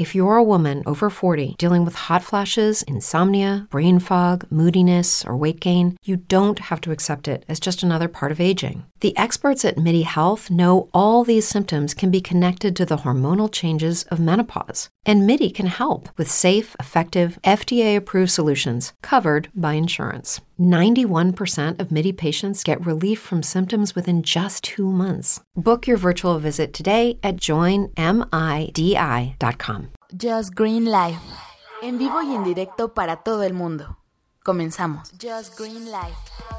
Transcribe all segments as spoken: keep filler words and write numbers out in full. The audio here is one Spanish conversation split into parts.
If you're a woman over forty dealing with hot flashes, insomnia, brain fog, moodiness, or weight gain, you don't have to accept it as just another part of aging. The experts at MIDI Health know all these symptoms can be connected to the hormonal changes of menopause. And MIDI can help with safe, effective, F D A-approved solutions covered by insurance. ninety-one percent of MIDI patients get relief from symptoms within just two months. Book your virtual visit today at join midi dot com. Just Green Live. En vivo y en directo para todo el mundo. Comenzamos. Just Green Live.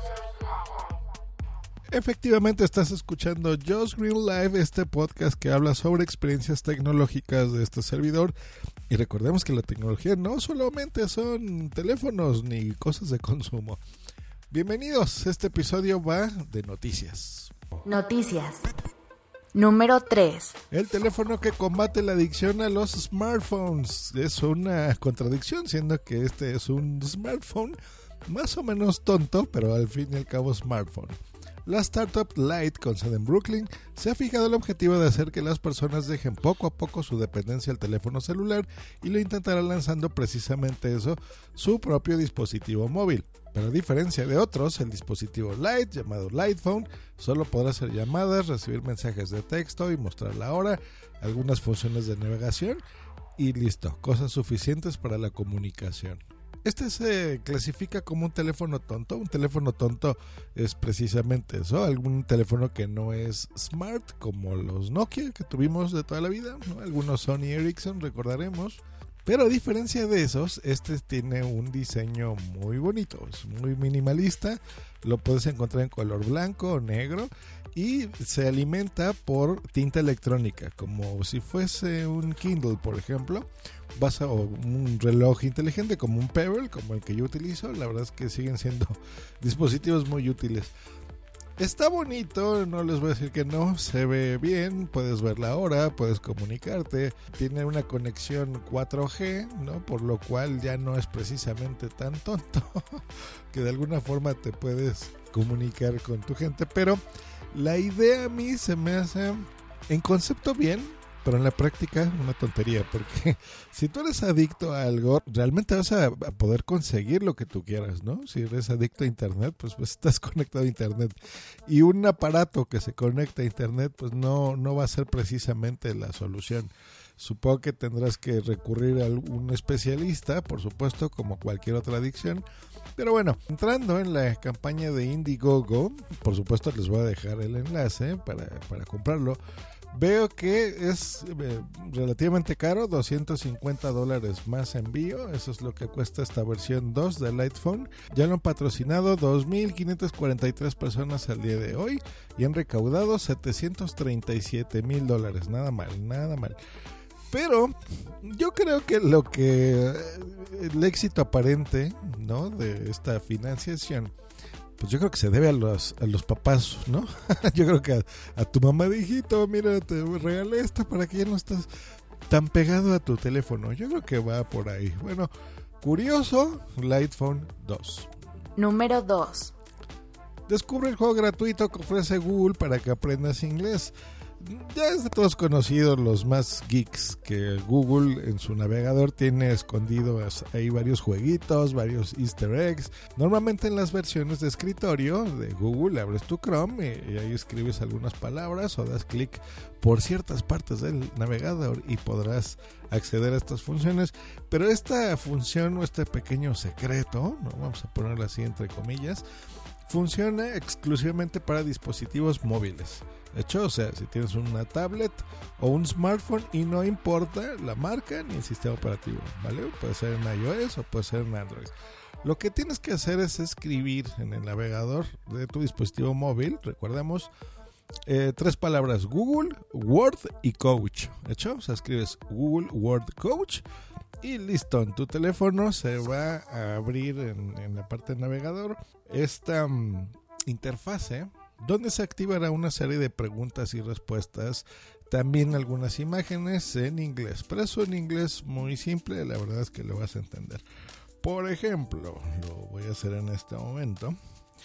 Efectivamente estás escuchando Just Green Live, este podcast que habla sobre experiencias tecnológicas de este servidor. Y recordemos que la tecnología no solamente son teléfonos ni cosas de consumo. Bienvenidos, este episodio va de noticias. Noticias. Número tres. El teléfono que combate la adicción a los smartphones. Es una contradicción, siendo que este es un smartphone más o menos tonto, pero al fin y al cabo smartphone. La startup Light, con sede en Brooklyn, se ha fijado el objetivo de hacer que las personas dejen poco a poco su dependencia al teléfono celular y lo intentará lanzando precisamente eso, su propio dispositivo móvil. Pero a diferencia de otros, el dispositivo Light, llamado Light Phone, solo podrá hacer llamadas, recibir mensajes de texto y mostrar la hora, algunas funciones de navegación y listo, cosas suficientes para la comunicación. Este se clasifica como un teléfono tonto. Un teléfono tonto es precisamente eso, algún teléfono que no es smart, como los Nokia que tuvimos de toda la vida, ¿no? Algunos Sony Ericsson, recordaremos. Pero a diferencia de esos, este tiene un diseño muy bonito, es muy minimalista, lo puedes encontrar en color blanco o negro y se alimenta por tinta electrónica, como si fuese un Kindle, por ejemplo. Vas a o un reloj inteligente como un Pebble, como el que yo utilizo. La verdad es que siguen siendo dispositivos muy útiles. Está bonito, no les voy a decir que no, se ve bien, puedes ver la hora, puedes comunicarte, tiene una conexión cuatro G, ¿no? Por lo cual ya no es precisamente tan tonto, que de alguna forma te puedes comunicar con tu gente, pero la idea a mí se me hace en concepto bien, pero en la práctica una tontería, porque si tú eres adicto a algo, realmente vas a poder conseguir lo que tú quieras, ¿no? Si eres adicto a internet, pues, pues estás conectado a internet. Y un aparato que se conecta a internet, pues no, no va a ser precisamente la solución. Supongo que tendrás que recurrir a algún especialista, por supuesto, como cualquier otra adicción. Pero bueno, entrando en la campaña de Indiegogo, por supuesto les voy a dejar el enlace para, para comprarlo. Veo que es eh, relativamente caro, doscientos cincuenta dólares más envío, eso es lo que cuesta esta versión dos del Light Phone. Ya lo han patrocinado dos mil quinientas cuarenta y tres personas al día de hoy y han recaudado setecientos treinta y siete mil dólares, nada mal, nada mal. Pero yo creo que lo que el éxito aparente, ¿no?, de esta financiación, pues yo creo que se debe a los, a los papás, ¿no? Yo creo que a, a tu mamá de hijito, mira, te regalé esta para que ya no estés tan pegado a tu teléfono. Yo creo que va por ahí. Bueno, curioso, Light Phone dos. Número dos. Descubre el juego gratuito que ofrece Google para que aprendas inglés. Ya es de todos conocidos los más geeks que Google en su navegador tiene escondidos ahí varios jueguitos, varios easter eggs. Normalmente en las versiones de escritorio de Google abres tu Chrome y, y ahí escribes algunas palabras o das clic por ciertas partes del navegador y podrás acceder a estas funciones. Pero esta función o este pequeño secreto, ¿no?, vamos a ponerlo así entre comillas, funciona exclusivamente para dispositivos móviles. De hecho, o sea, si tienes una tablet o un smartphone y no importa la marca ni el sistema operativo, ¿vale? Puede ser en iOS o puede ser en Android. Lo que tienes que hacer es escribir en el navegador de tu dispositivo móvil, recordemos, eh, tres palabras: Google, Word y Coach. ¿De hecho? O sea, escribes Google, Word, Coach y listo. En tu teléfono se va a abrir en, en la parte del navegador esta um, interfase donde se activará una serie de preguntas y respuestas, también algunas imágenes en inglés, pero eso en inglés muy simple, la verdad es que lo vas a entender. Por ejemplo, lo voy a hacer en este momento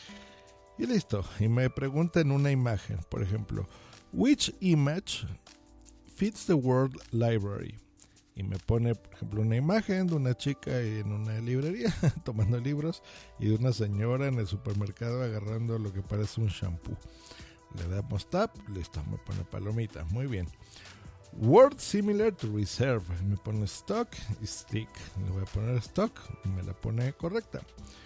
y listo, y me preguntan una imagen, por ejemplo, which image fits the word library? y me pone, por ejemplo, una imagen de una chica en una librería tomando libros y de una señora en el supermercado agarrando lo que parece un shampoo. Le damos tap, listo, me pone palomita, muy bien. Word similar to reserve, me pone stock y stick. Le voy a poner stock y me la pone correcta.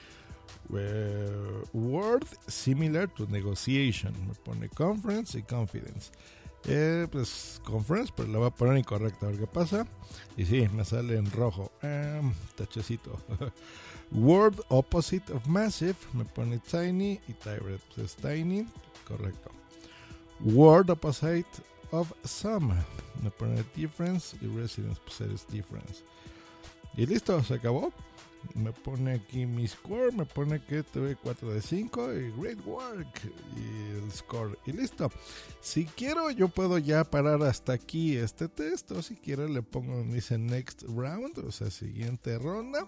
Uh, word similar to negotiation, me pone conference y confidence. Eh, pues conference, pero la voy a poner incorrecta, a ver qué pasa. Y sí, me sale en rojo, eh, tachecito. Word opposite of massive, me pone tiny y tyrant, pues es tiny, correcto. Word opposite of some, me pone difference y residence, pues es difference. Y listo, se acabó. Me pone aquí mi score, me pone que tuve cuatro de cinco y great work y el score y listo. Si quiero yo puedo ya parar hasta aquí este test, o si quiero le pongo, me dice next round, o sea siguiente ronda,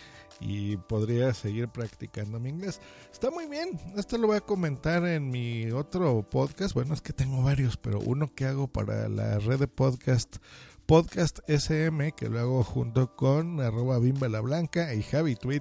y podría seguir practicando mi inglés. Está muy bien, esto lo voy a comentar en mi otro podcast, bueno es que tengo varios, pero uno que hago para la red de podcast Podcast S M, que lo hago junto con arroba Bimba la Blanca y Javi Tweet,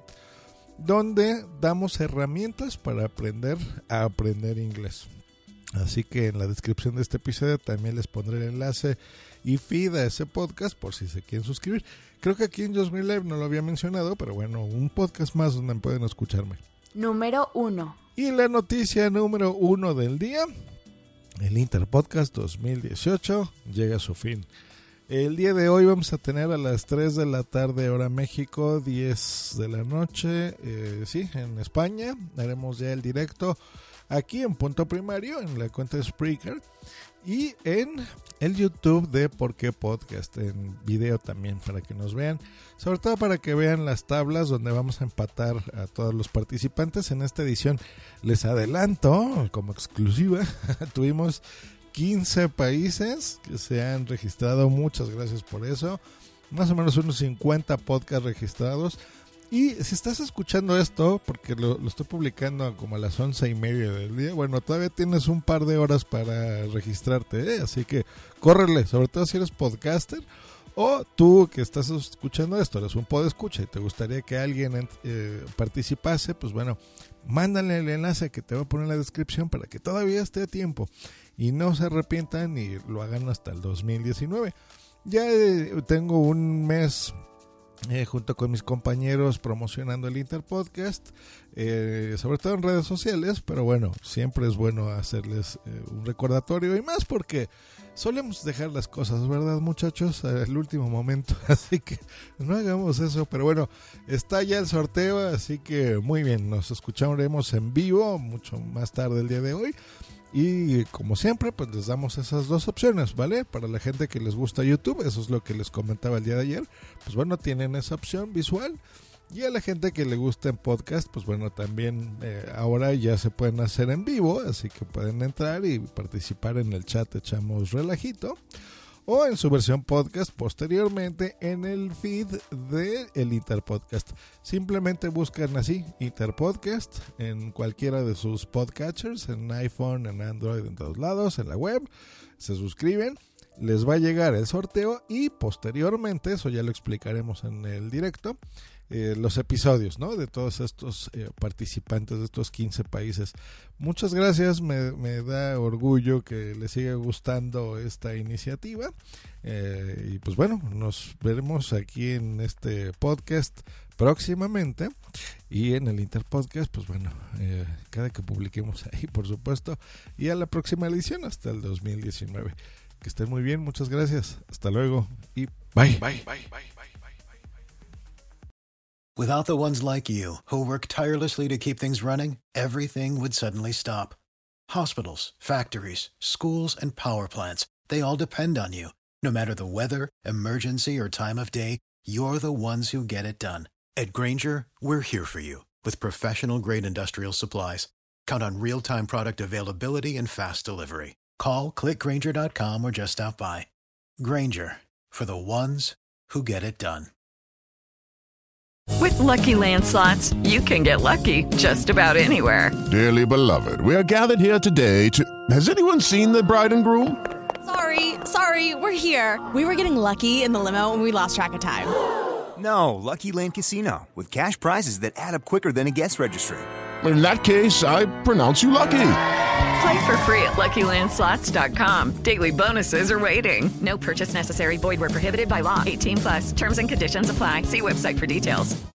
donde damos herramientas para aprender a aprender inglés. Así que en la descripción de este episodio también les pondré el enlace y feed a ese podcast por si se quieren suscribir. Creo que aquí en Just Green Live no lo había mencionado, pero bueno, un podcast más donde pueden escucharme. Número uno. Y la noticia número uno del día, el Interpodcast dos mil dieciocho llega a su fin. El día de hoy vamos a tener a las tres de la tarde hora México, diez de la noche, eh, sí, en España. Haremos ya el directo aquí en Punto Primario, en la cuenta de Spreaker y en el YouTube de Por qué Podcast, en video también, para que nos vean, sobre todo para que vean las tablas donde vamos a empatar a todos los participantes. En esta edición les adelanto, como exclusiva, tuvimos quince países que se han registrado, muchas gracias por eso, más o menos unos cincuenta podcasts registrados. Y si estás escuchando esto, porque lo, lo estoy publicando como a las once y media del día, bueno, todavía tienes un par de horas para registrarte, ¿eh? Así que córrele, sobre todo si eres podcaster, o tú que estás escuchando esto, eres un podescucha y te gustaría que alguien eh, participase, pues bueno, mándale el enlace que te voy a poner en la descripción para que todavía esté a tiempo y no se arrepientan y lo hagan hasta el dos mil diecinueve. Ya eh, tengo un mes eh, junto con mis compañeros promocionando el Interpodcast, eh, sobre todo en redes sociales, pero bueno, siempre es bueno hacerles eh, un recordatorio y más porque solemos dejar las cosas, ¿verdad, muchachos? Al último momento, así que no hagamos eso. Pero bueno, está ya el sorteo, así que muy bien, nos escucharemos en vivo mucho más tarde el día de hoy. Y como siempre, pues les damos esas dos opciones, ¿vale? Para la gente que les gusta YouTube, eso es lo que les comentaba el día de ayer, pues bueno, tienen esa opción visual. Y a la gente que le gusta en podcast, pues bueno, también eh, ahora ya se pueden hacer en vivo, así que pueden entrar y participar en el chat, echamos relajito, o en su versión podcast posteriormente en el feed de el Interpodcast. Simplemente buscan así, Interpodcast, en cualquiera de sus podcatchers, en iPhone, en Android, en todos lados, en la web, se suscriben. Les va a llegar el sorteo y posteriormente, eso ya lo explicaremos en el directo, eh, los episodios, ¿no? De todos estos eh, participantes de estos quince países. Muchas gracias, me, me da orgullo que les siga gustando esta iniciativa. Eh, y pues bueno, nos veremos aquí en este podcast próximamente y en el Interpodcast, pues bueno, eh, cada que publiquemos ahí, por supuesto, y a la próxima edición hasta el dos mil diecinueve. Que estén muy bien, muchas gracias. Hasta luego y bye. Bye, bye, bye, bye, bye, bye, bye. Without the ones like you, who work tirelessly to keep things running, everything would suddenly stop. Hospitals, factories, schools, and power plants, they all depend on you. No matter the weather, emergency, or time of day, you're the ones who get it done. At Grainger, we're here for you with professional-grade industrial supplies. Count on real-time product availability and fast delivery. Call, click Grainger dot com, or just stop by. Grainger, for the ones who get it done. With Lucky Land Slots, you can get lucky just about anywhere. Dearly beloved, we are gathered here today to... Has anyone seen the bride and groom? Sorry, sorry, we're here. We were getting lucky in the limo and we lost track of time. No, Lucky Land Casino, with cash prizes that add up quicker than a guest registry. In that case, I pronounce you lucky. Play for free at Lucky Land Slots dot com. Daily bonuses are waiting. No purchase necessary. Void where prohibited by law. eighteen plus. Terms and conditions apply. See website for details.